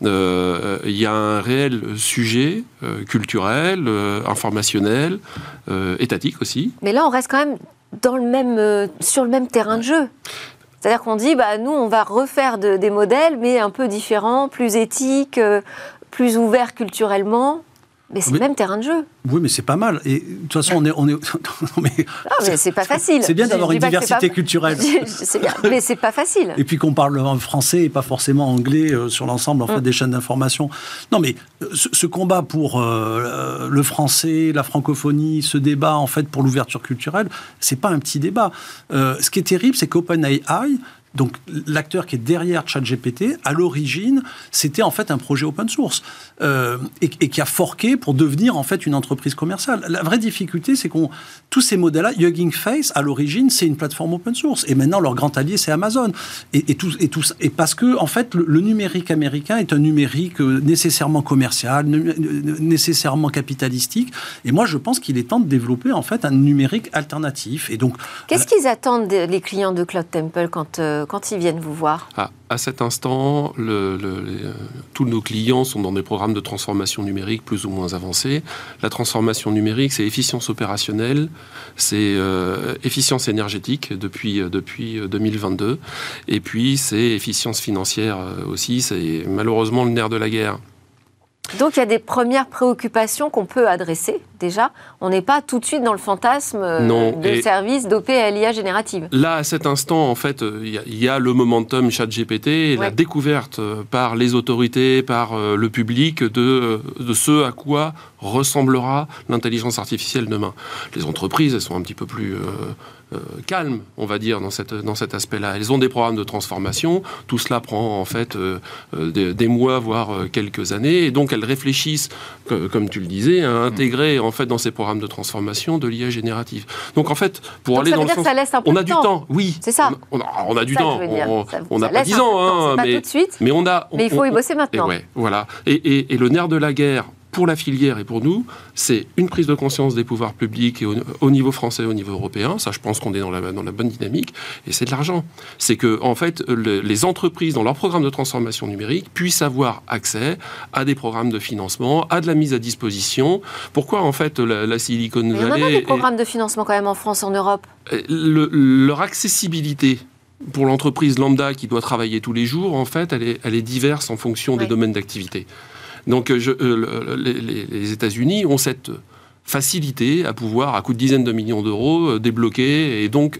Euh, il y a un réel sujet euh, culturel, euh, informationnel, euh, étatique aussi. Mais là, on reste quand même dans le même, euh, sur le même terrain de jeu. C'est-à-dire qu'on dit, bah, nous, on va refaire de, des modèles, mais un peu différents, plus éthiques, euh, plus ouverts culturellement. Mais c'est mais, le même terrain de jeu. Oui, mais c'est pas mal. Et de toute façon, on est... On est... non, mais, non, mais c'est pas facile. C'est bien d'avoir je une diversité pas... culturelle. c'est bien, mais c'est pas facile. Et puis qu'on parle en français et pas forcément anglais euh, sur l'ensemble en fait, mm. des chaînes d'information. Non, mais ce, ce combat pour euh, le français, la francophonie, ce débat en fait pour l'ouverture culturelle, c'est pas un petit débat. Euh, ce qui est terrible, c'est qu'OpenAI, donc l'acteur qui est derrière ChatGPT, à l'origine, c'était en fait un projet open source euh, et, et qui a forqué pour devenir en fait une entreprise commerciale. La vraie difficulté, c'est qu'on tous ces modèles-là, Hugging Face, à l'origine, c'est une plateforme open source et maintenant leur grand allié, c'est Amazon. Et, et, tout, et, tout, et parce que en fait, le, le numérique américain est un numérique nécessairement commercial, nécessairement capitalistique. Et moi, je pense qu'il est temps de développer en fait un numérique alternatif. Et donc, qu'est-ce qu'ils attendent les clients de Cloud Temple quand euh, quand ils viennent vous voir ? ah, À cet instant, le, le, les, tous nos clients sont dans des programmes de transformation numérique plus ou moins avancés. La transformation numérique, c'est efficience opérationnelle, c'est euh, efficience énergétique depuis, depuis deux mille vingt-deux, et puis c'est efficience financière aussi, c'est malheureusement le nerf de la guerre. Donc il y a des premières préoccupations qu'on peut adresser déjà. On n'est pas tout de suite dans le fantasme non, de services dopés à l'I A générative. Là, à cet instant, en fait, il y a, il y a le momentum ChatGPT et ouais. la découverte par les autorités, par le public de, de ce à quoi ressemblera l'intelligence artificielle demain. Les entreprises, elles sont un petit peu plus... Euh, Euh, calme, on va dire, dans, cette, dans cet aspect-là. Elles ont des programmes de transformation. Tout cela prend, en fait, euh, euh, des, des mois, voire euh, quelques années. Et donc, elles réfléchissent, que, comme tu le disais, à intégrer, en fait, dans ces programmes de transformation de l'I A générative. Donc, en fait, pour donc, aller ça dans veut le dire sens... Que ça laisse un peu on a de du temps. temps, oui. C'est ça. On, on, on a du ça temps. On n'a pas dix ans, hein, pas mais, tout de suite. mais on a... On, mais il faut on, y bosser maintenant. Et, ouais, voilà. Et, et, et le nerf de la guerre, pour la filière et pour nous, c'est une prise de conscience des pouvoirs publics et au, au niveau français et au niveau européen. Ça, je pense qu'on est dans la, dans la bonne dynamique. Et c'est de l'argent. C'est que, en fait, le, les entreprises, dans leur programme de transformation numérique, puissent avoir accès à des programmes de financement, à de la mise à disposition. Pourquoi, en fait, la, la Silicon Mais Valley... Il y en a des programmes et, de financement quand même en France, en Europe. Le, leur accessibilité pour l'entreprise lambda qui doit travailler tous les jours, en fait, elle est, elle est diverse en fonction oui. des domaines d'activité. Donc je, euh, les, les États-Unis ont cette facilité à pouvoir, à coût de dizaines de millions d'euros, euh, débloquer et donc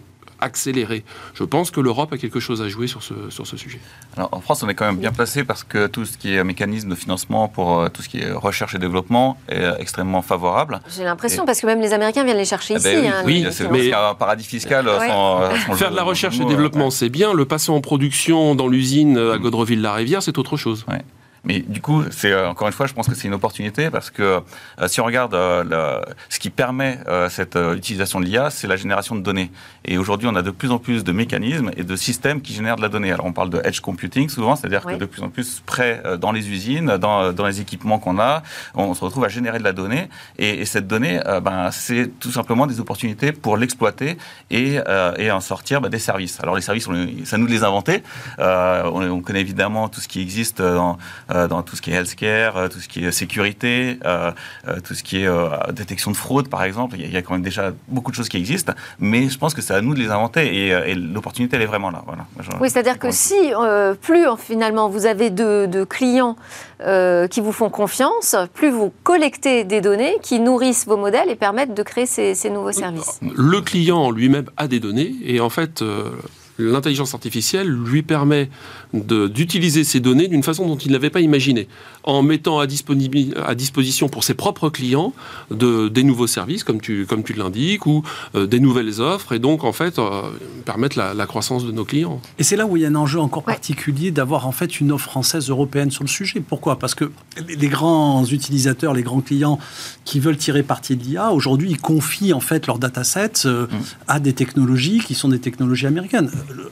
accélérer. Je pense que l'Europe a quelque chose à jouer sur ce, sur ce sujet. Alors, en France, on est quand même bien placé parce que tout ce qui est mécanisme de financement pour euh, tout ce qui est recherche et développement est euh, extrêmement favorable. J'ai l'impression, et... parce que même les Américains viennent les chercher eh ici. ben, oui, hein, oui les... c'est mais... un paradis fiscal. Ouais. Sans, sans Faire le, de la recherche le, et développement, ouais. c'est bien. Le passer en production dans l'usine à Gaudreville-la-Rivière, c'est autre chose. Ouais. Mais du coup, c'est euh, encore une fois, je pense que c'est une opportunité parce que euh, si on regarde euh, le, ce qui permet euh, cette euh, utilisation de l'I A, c'est la génération de données. Et aujourd'hui, on a de plus en plus de mécanismes et de systèmes qui génèrent de la donnée. Alors, on parle de edge computing souvent, c'est-à-dire oui. que de plus en plus près euh, dans les usines, dans, dans les équipements qu'on a, on, on se retrouve à générer de la donnée. Et, et cette donnée, euh, ben, c'est tout simplement des opportunités pour l'exploiter et, euh, et en sortir ben, des services. Alors, les services, on, c'est à nous de les inventer. Euh, on, on connaît évidemment tout ce qui existe dans dans tout ce qui est healthcare, tout ce qui est sécurité, euh, tout ce qui est euh, détection de fraude, par exemple. Il y, a, il y a quand même déjà beaucoup de choses qui existent, mais je pense que c'est à nous de les inventer et, et l'opportunité, elle est vraiment là. Voilà. Je, oui, c'est-à-dire que si, euh, plus finalement vous avez de, de clients euh, qui vous font confiance, plus vous collectez des données qui nourrissent vos modèles et permettent de créer ces, ces nouveaux services. Le client lui-même a des données et en fait... Euh, l'intelligence artificielle lui permet de, d'utiliser ces données d'une façon dont il n'avait pas imaginé, en mettant à, disponibi- à disposition pour ses propres clients de, des nouveaux services, comme tu, comme tu l'indiques, ou euh, des nouvelles offres, et donc en fait euh, permettre la, la croissance de nos clients. Et c'est là où il y a un enjeu encore ouais. particulier d'avoir en fait une offre française européenne sur le sujet. Pourquoi ? Parce que les grands utilisateurs, les grands clients qui veulent tirer parti de l'I A, aujourd'hui, ils confient en fait leurs datasets euh, mmh. à des technologies qui sont des technologies américaines. Le,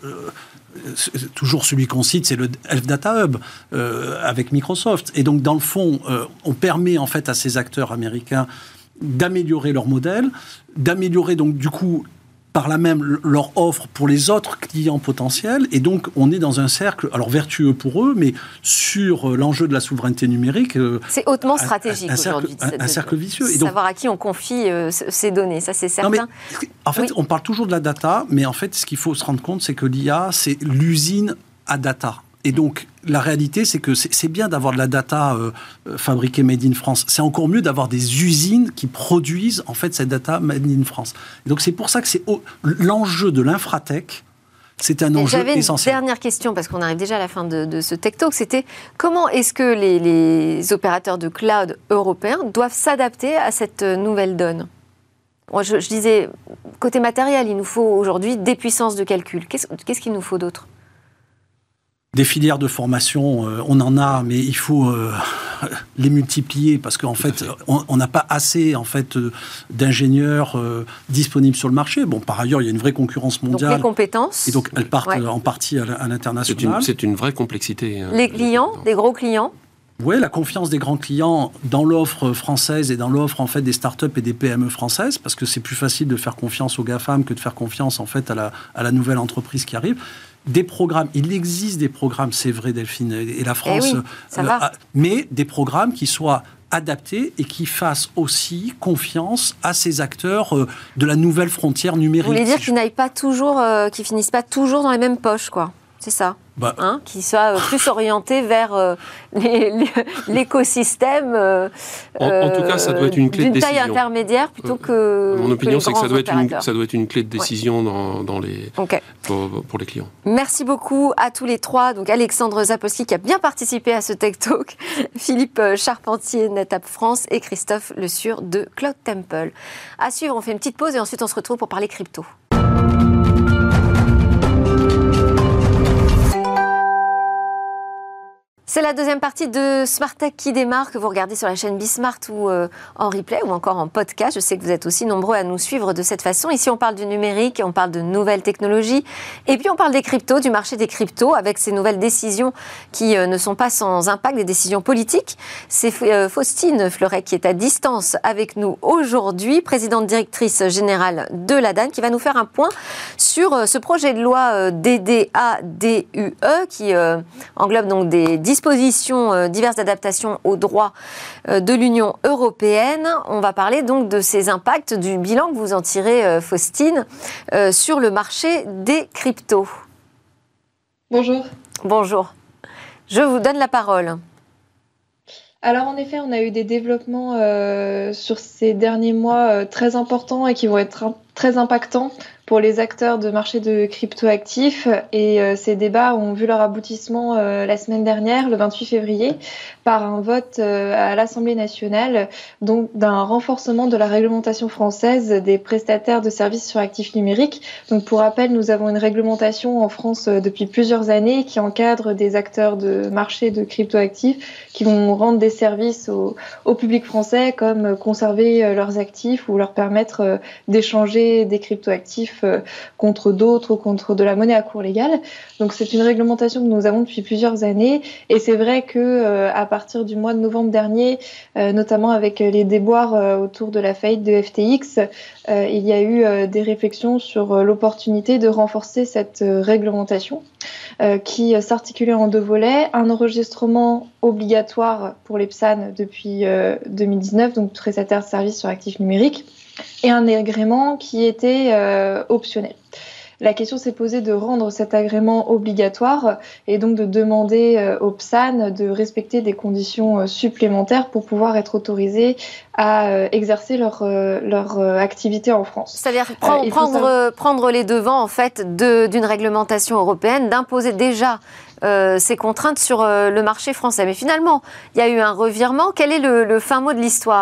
le, toujours celui qu'on cite, c'est le Health Data Hub euh, avec Microsoft. Et donc, dans le fond, euh, on permet en fait à ces acteurs américains d'améliorer leur modèle, d'améliorer donc du coup par là même leur offre pour les autres clients potentiels. Et donc, on est dans un cercle, alors vertueux pour eux, mais sur l'enjeu de la souveraineté numérique... C'est hautement stratégique un, un cercle, aujourd'hui. Un, un cercle vicieux. Et donc, savoir à qui on confie euh, ces données, ça c'est certain. Non mais, en fait, oui. on parle toujours de la data, mais en fait, ce qu'il faut se rendre compte, c'est que l'I A, c'est l'usine à data. Et donc, la réalité, c'est que c'est, c'est bien d'avoir de la data euh, fabriquée made in France. C'est encore mieux d'avoir des usines qui produisent, en fait, cette data made in France. Et donc, c'est pour ça que c'est oh, l'enjeu de l'infratech, c'est un enjeu J'avais essentiel. J'avais une dernière question, parce qu'on arrive déjà à la fin de, de ce Tech Talk, c'était comment est-ce que les, les opérateurs de cloud européens doivent s'adapter à cette nouvelle donne ? Moi, je, je disais, côté matériel, il nous faut aujourd'hui des puissances de calcul. Qu'est-ce, qu'est-ce qu'il nous faut d'autre ? Des filières de formation, euh, on en a, mais il faut euh, les multiplier parce qu'en fait, on n'a pas assez en fait euh, d'ingénieurs euh, disponibles sur le marché. Bon, par ailleurs, il y a une vraie concurrence mondiale. Donc les compétences. Et donc elles partent ouais. en partie à, à l'international. C'est une, c'est une vraie complexité. Les clients, des gros clients. Oui, la confiance des grands clients dans l'offre française et dans l'offre en fait des startups et des P M E françaises, parce que c'est plus facile de faire confiance aux GAFAM que de faire confiance en fait à la, à la nouvelle entreprise qui arrive. Des programmes, il existe des programmes, c'est vrai Delphine, et la France, eh oui, ça euh, va. A, mais des programmes qui soient adaptés et qui fassent aussi confiance à ces acteurs euh, de la nouvelle frontière numérique. Vous voulez dire qu'ils n'aillent pas toujours, euh, qu'ils finissent pas toujours dans les mêmes poches, quoi. C'est ça. Bah, hein, qui soit plus orienté vers euh, les, les, l'écosystème euh, en, en tout cas, ça doit être une clé d'une de taille décision. intermédiaire plutôt que Mon opinion, que c'est que ça doit, être une, opérateurs. ça doit être une clé de décision ouais. dans, dans les, okay. pour, pour les clients. Merci beaucoup à tous les trois. Donc Alexandre Zapolsky qui a bien participé à ce Tech Talk, Philippe Charpentier, NetApp France et Christophe Le Sur de Cloud Temple. À suivre, on fait une petite pause et ensuite on se retrouve pour parler crypto. C'est la deuxième partie de Smart Tech qui démarre, que vous regardez sur la chaîne Bismart ou euh, en replay ou encore en podcast. Je sais que vous êtes aussi nombreux à nous suivre de cette façon. Ici, on parle du numérique, on parle de nouvelles technologies et puis on parle des cryptos, du marché des cryptos avec ces nouvelles décisions qui euh, ne sont pas sans impact, des décisions politiques. C'est euh, Faustine Fleuret qui est à distance avec nous aujourd'hui, présidente directrice générale de l'A D A N, qui va nous faire un point sur euh, ce projet de loi euh, D D A D U E qui euh, englobe donc des dispositions dispositions euh, diverses d'adaptation aux droits euh, de l'Union européenne. On va parler donc de ces impacts, du bilan que vous en tirez, euh, Faustine, euh, sur le marché des cryptos. Bonjour. Bonjour. Je vous donne la parole. Alors en effet, on a eu des développements euh, sur ces derniers mois euh, très importants et qui vont être très impactants pour les acteurs de marché de cryptoactifs. Et euh, ces débats ont vu leur aboutissement euh, la semaine dernière, le vingt-huit février, par un vote euh, à l'Assemblée nationale, donc d'un renforcement de la réglementation française des prestataires de services sur actifs numériques. Donc pour rappel, nous avons une réglementation en France euh, depuis plusieurs années qui encadre des acteurs de marché de cryptoactifs qui vont rendre des services au, au public français, comme euh, conserver euh, leurs actifs ou leur permettre euh, d'échanger des cryptoactifs euh, contre d'autres ou contre de la monnaie à cours légal. Donc c'est une réglementation que nous avons depuis plusieurs années, et c'est vrai que euh, à partir du mois de novembre dernier, euh, notamment avec les déboires euh, autour de la faillite de F T X, euh, il y a eu euh, des réflexions sur euh, l'opportunité de renforcer cette euh, réglementation euh, qui euh, s'articulait en deux volets: un enregistrement obligatoire pour les P S A N depuis euh, deux mille dix-neuf, donc prestataires de services sur actifs numériques, et un agrément qui était euh, optionnel. La question s'est posée de rendre cet agrément obligatoire et donc de demander euh, aux P S A N de respecter des conditions euh, supplémentaires pour pouvoir être autorisés à euh, exercer leur, euh, leur euh, activité en France. C'est-à-dire prendre, euh, prendre, savoir... prendre les devants en fait, de, d'une réglementation européenne, d'imposer déjà euh, ces contraintes sur euh, le marché français. Mais finalement, il y a eu un revirement. Quel est le, le fin mot de l'histoire ?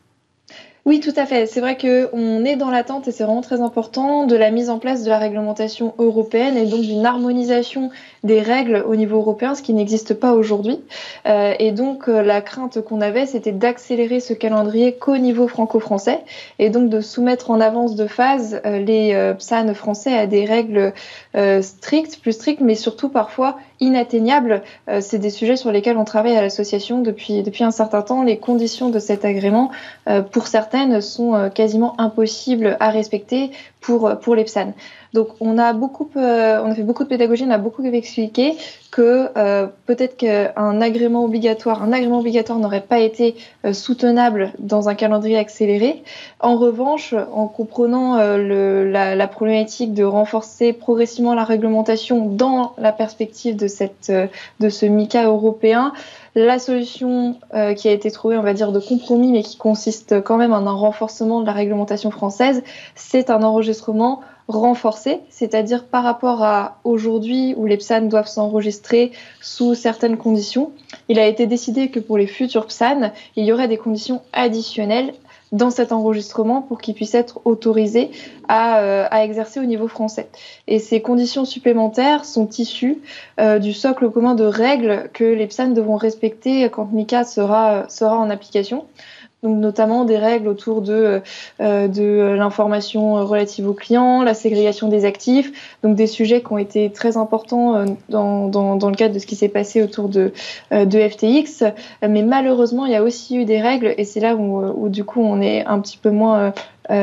Oui, tout à fait. C'est vrai qu'on est dans l'attente, et c'est vraiment très important, de la mise en place de la réglementation européenne et donc d'une harmonisation des règles au niveau européen, ce qui n'existe pas aujourd'hui. Euh, et donc, euh, la crainte qu'on avait, c'était d'accélérer ce calendrier qu'au niveau franco-français et donc de soumettre en avance de phase euh, les euh, P S A N français à des règles euh, strictes, plus strictes, mais surtout parfois inatteignables. Euh, c'est des sujets sur lesquels on travaille à l'association depuis, depuis un certain temps. Les conditions de cet agrément, euh, pour certaines, sont euh, quasiment impossibles à respecter pour, pour les P S A N. Donc on a beaucoup, euh, on a fait beaucoup de pédagogie, on a beaucoup expliqué que euh, peut-être qu'un agrément obligatoire, un agrément obligatoire n'aurait pas été euh, soutenable dans un calendrier accéléré. En revanche, en comprenant euh, le, la, la problématique de renforcer progressivement la réglementation dans la perspective de cette, euh, de ce MiCA européen, la solution euh, qui a été trouvée, on va dire, de compromis, mais qui consiste quand même en un renforcement de la réglementation française, c'est un enregistrement renforcé, c'est-à-dire par rapport à aujourd'hui où les P S A N doivent s'enregistrer sous certaines conditions. Il a été décidé que pour les futurs P S A N, il y aurait des conditions additionnelles dans cet enregistrement pour qu'ils puissent être autorisés à, euh, à exercer au niveau français. Et ces conditions supplémentaires sont issues euh, du socle commun de règles que les P S A N devront respecter quand MiCA sera, sera en application. Donc notamment des règles autour de, euh, de l'information relative aux clients, la ségrégation des actifs, donc des sujets qui ont été très importants euh, dans, dans, dans le cadre de ce qui s'est passé autour de, euh, de F T X. Mais malheureusement, il y a aussi eu des règles, et c'est là où, où du coup on est un petit peu moins euh,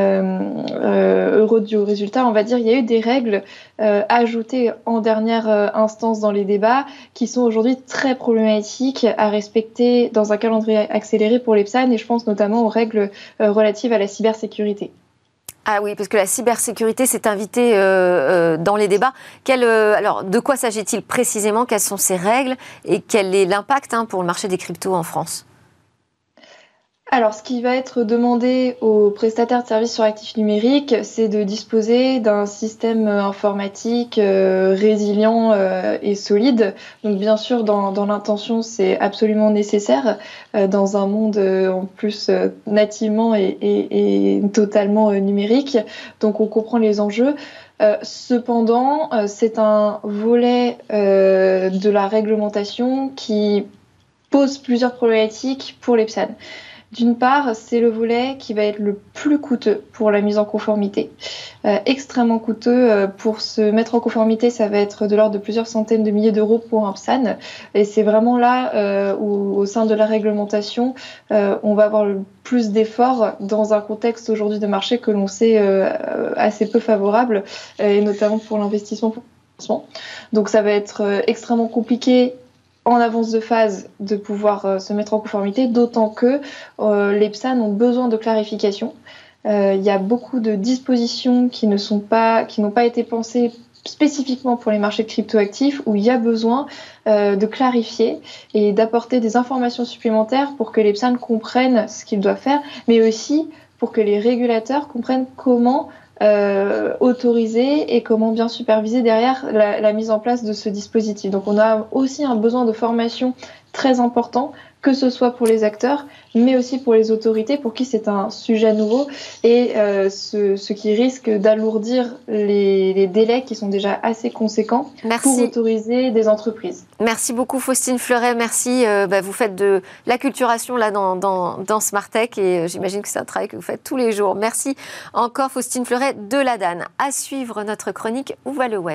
euh, heureux du résultat, on va dire. Il y a eu des règles euh, ajoutées en dernière euh, instance dans les débats qui sont aujourd'hui très problématiques à respecter dans un calendrier accéléré pour les P S A N, et je pense notamment aux règles euh, relatives à la cybersécurité. Ah oui, parce que la cybersécurité s'est invitée euh, euh, dans les débats. Quel, euh, alors, de quoi s'agit-il précisément? Quelles sont ces règles et quel est l'impact hein, pour le marché des cryptos en France? Alors, ce qui va être demandé aux prestataires de services sur actifs numériques, c'est de disposer d'un système informatique euh, résilient euh, et solide. Donc, bien sûr, dans, dans l'intention, c'est absolument nécessaire euh, dans un monde euh, en plus euh, nativement et, et, et totalement euh, numérique. Donc, on comprend les enjeux. Euh, cependant, euh, c'est un volet euh, de la réglementation qui pose plusieurs problématiques pour les P S A N. D'une part, c'est le volet qui va être le plus coûteux pour la mise en conformité. Euh, extrêmement coûteux. Euh, pour se mettre en conformité, ça va être de l'ordre de plusieurs centaines de milliers d'euros pour un P S A N. Et c'est vraiment là euh, où, au sein de la réglementation, euh, on va avoir le plus d'efforts dans un contexte aujourd'hui de marché que l'on sait euh, assez peu favorable, et notamment pour l'investissement. Donc ça va être euh, extrêmement compliqué en avance de phase de pouvoir euh, se mettre en conformité, d'autant que euh, les P S A N ont besoin de clarification. Euh, il y a beaucoup de dispositions qui ne sont pas, qui n'ont pas été pensées spécifiquement pour les marchés de cryptoactifs, où il y a besoin euh, de clarifier et d'apporter des informations supplémentaires pour que les P S A N comprennent ce qu'ils doivent faire, mais aussi pour que les régulateurs comprennent comment euh, autoriser et comment bien superviser derrière la, la mise en place de ce dispositif. Donc on a aussi un besoin de formation très important, que ce soit pour les acteurs, mais aussi pour les autorités, pour qui c'est un sujet nouveau, et euh, ce, ce qui risque d'alourdir les, les délais qui sont déjà assez conséquents. Merci. Pour autoriser des entreprises. Merci beaucoup Faustine Fleuret, merci. Euh, bah, vous faites de l'acculturation là dans, dans, dans Smartech, et euh, j'imagine que c'est un travail que vous faites tous les jours. Merci encore Faustine Fleuret de la D A N. À suivre notre chronique Où va le web ?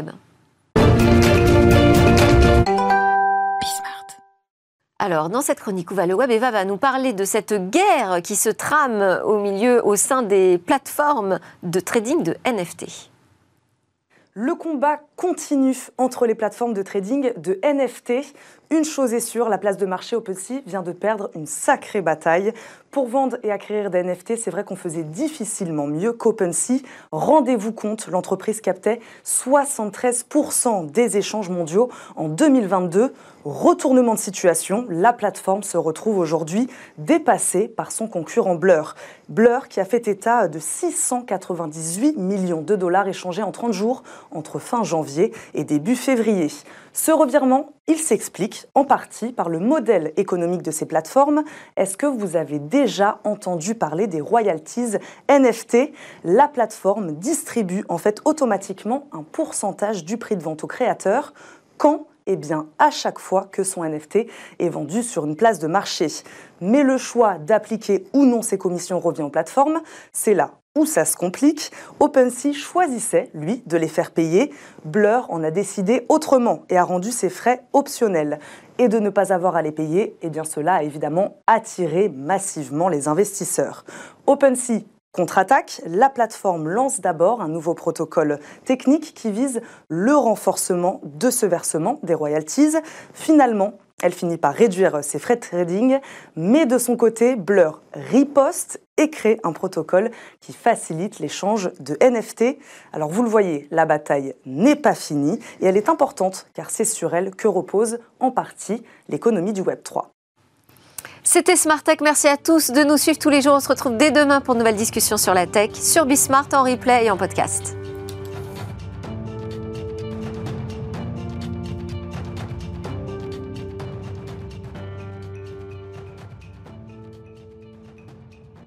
Alors, dans cette chronique Où va le web, Eva va nous parler de cette guerre qui se trame au milieu, au sein des plateformes de trading de N F T. Le combat continue entre les plateformes de trading de N F T. Une chose est sûre, la place de marché OpenSea vient de perdre une sacrée bataille. Pour vendre et acquérir des N F T, c'est vrai qu'on faisait difficilement mieux qu'OpenSea. Rendez-vous compte, l'entreprise captait soixante-treize pour cent des échanges mondiaux en deux mille vingt-deux. Retournement de situation, la plateforme se retrouve aujourd'hui dépassée par son concurrent Blur. Blur qui a fait état de six cent quatre-vingt-dix-huit millions de dollars échangés en trente jours entre fin janvier et début février. Ce revirement, il s'explique en partie par le modèle économique de ces plateformes. Est-ce que vous avez déjà entendu parler des royalties N F T ? La plateforme distribue en fait automatiquement un pourcentage du prix de vente au créateur. Quand ? Eh bien, à chaque fois que son N F T est vendu sur une place de marché. Mais le choix d'appliquer ou non ces commissions revient aux plateformes. C'est là où ça se complique. OpenSea choisissait, lui, de les faire payer. Blur en a décidé autrement et a rendu ses frais optionnels. Et de ne pas avoir à les payer, eh bien cela a évidemment attiré massivement les investisseurs. OpenSea contre-attaque, la plateforme lance d'abord un nouveau protocole technique qui vise le renforcement de ce versement des royalties. Finalement, elle finit par réduire ses frais de trading, mais de son côté, Blur riposte et crée un protocole qui facilite l'échange de N F T. Alors vous le voyez, la bataille n'est pas finie et elle est importante car c'est sur elle que repose en partie l'économie du Web trois. C'était Smartech, merci à tous de nous suivre tous les jours. On se retrouve dès demain pour de nouvelles discussions sur la tech, sur Bismart en replay et en podcast.